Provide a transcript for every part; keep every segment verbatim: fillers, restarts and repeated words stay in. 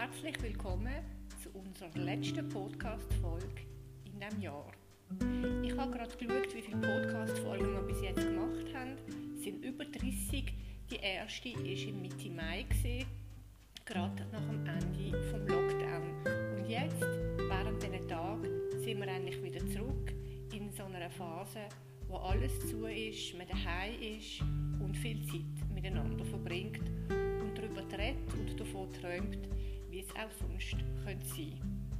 Herzlich willkommen zu unserer letzten Podcast-Folge in diesem Jahr. Ich habe gerade geschaut, wie viele Podcast-Folgen wir bis jetzt gemacht haben. Es sind über dreißig. Die erste war im Mitte Mai, gerade nach dem Ende des Lockdown. Und jetzt, während diesen Tagen, sind wir endlich wieder zurück in so einer Phase, wo alles zu ist, man daheim ist und viel Zeit miteinander verbringt und darüber redet und davon träumt, wie es auch sonst könnte sein.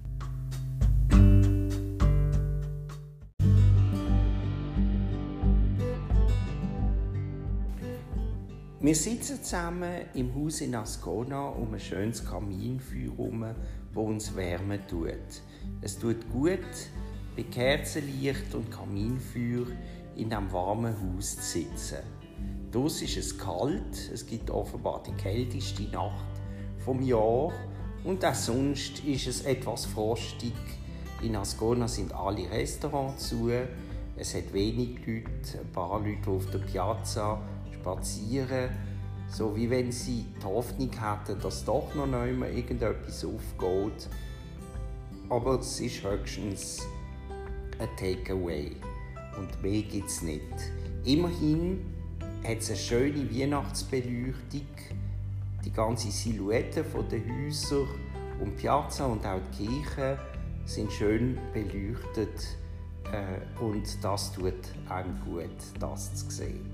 Wir sitzen zusammen im Haus in Ascona um ein schönes Kaminfeuer herum, das uns wärmen tut. Es tut gut, bei Kerzenlicht und Kaminfeuer in diesem warmen Haus zu sitzen. Draussen ist es kalt, es gibt offenbar die kälteste Nacht vom Jahr und auch sonst ist es etwas frostig. In Ascona sind alle Restaurants zu, es hat wenig Leute, ein paar Leute die auf der Piazza spazieren, so wie wenn sie die Hoffnung hätten, dass doch noch einmal irgendetwas aufgeht. Aber es ist höchstens ein Takeaway und mehr gibt es nicht. Immerhin hat es eine schöne Weihnachtsbeleuchtung. Die ganze Silhouette der Häuser und die Piazza und auch die Kirche sind schön beleuchtet äh, und das tut einem gut, das zu sehen.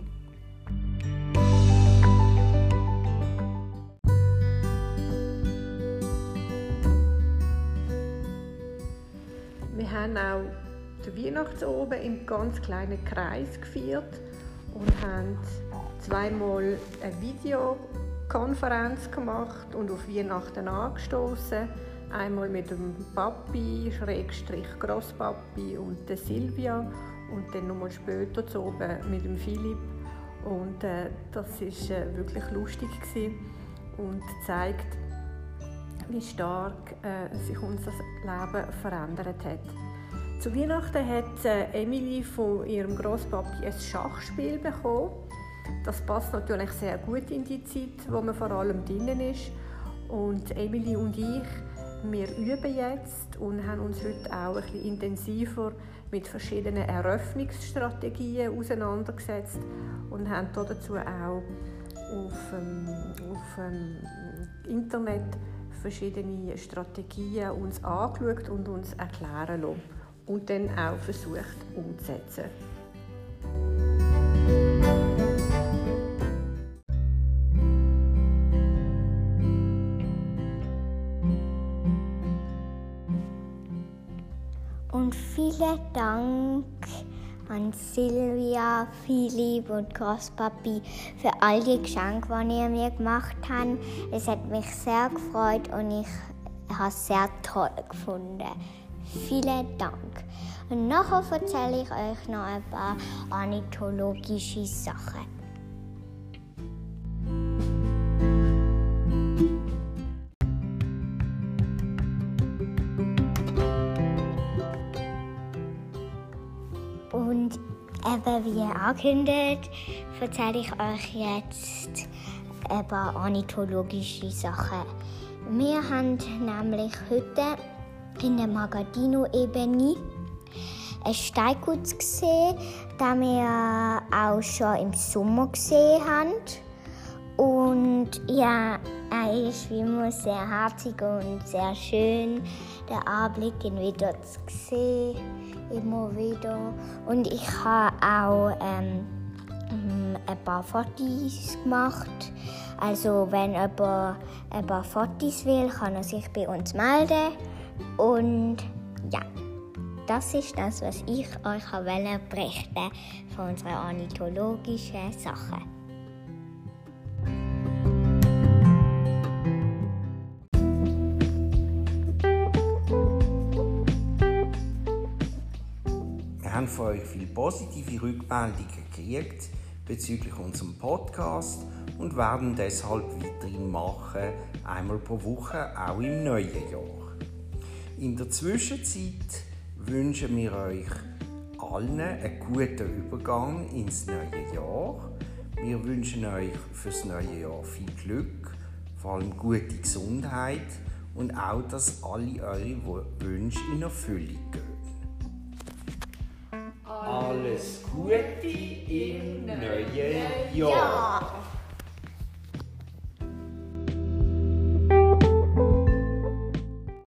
Wir haben auch den Weihnachtsabend im ganz kleinen Kreis gefeiert und haben zweimal eine Videokonferenz gemacht und auf Weihnachten angestoßen. Einmal mit dem Papi, Schrägstrich Grosspapi und der Silvia und dann nochmal später zu oben mit dem Philipp. Und äh, das war äh, wirklich lustig gewesen und zeigt, wie stark äh, sich unser Leben verändert hat. Zu Weihnachten hat äh, Emily von ihrem Grosspapi ein Schachspiel bekommen. Das passt natürlich sehr gut in die Zeit, wo man vor allem drinnen ist. Und Emily und ich, wir üben jetzt und haben uns heute auch ein bisschen intensiver mit verschiedenen Eröffnungsstrategien auseinandergesetzt und haben dazu auch auf, ähm, auf ähm, Internet verschiedene Strategien uns angeschaut und uns erklären lassen und dann auch versucht umzusetzen. Und vielen Dank an Silvia, Philipp und Grosspapi für all die Geschenke, die ihr mir gemacht habt. Es hat mich sehr gefreut und ich habe es sehr toll gefunden. Vielen Dank. Und nachher erzähle ich euch noch ein paar ornithologische Sachen. Und eben wie angekündigt, erzähle ich euch jetzt ein paar ornithologische Sachen. Wir haben nämlich heute in der Magadino-Ebene ein Steingut gesehen, den wir auch schon im Sommer gesehen haben. Und ja, er ist wie immer sehr herzig und sehr schön, den Anblick ihn wieder zu sehen, immer wieder. Und ich habe auch ähm, ein paar Fotos gemacht. Also wenn jemand ein paar Fotos will, kann er sich bei uns melden. Und ja, das ist das, was ich euch berichten wollte von unseren ornithologischen Sachen. Wir haben von euch viele positive Rückmeldungen gekriegt bezüglich unserem Podcast und werden deshalb weiterhin machen, einmal pro Woche, auch im neuen Jahr. In der Zwischenzeit wünschen wir euch allen einen guten Übergang ins neue Jahr. Wir wünschen euch fürs neue Jahr viel Glück, vor allem gute Gesundheit und auch, dass alle eure Wünsche in Erfüllung gehen. Alles Gute im neuen Jahr!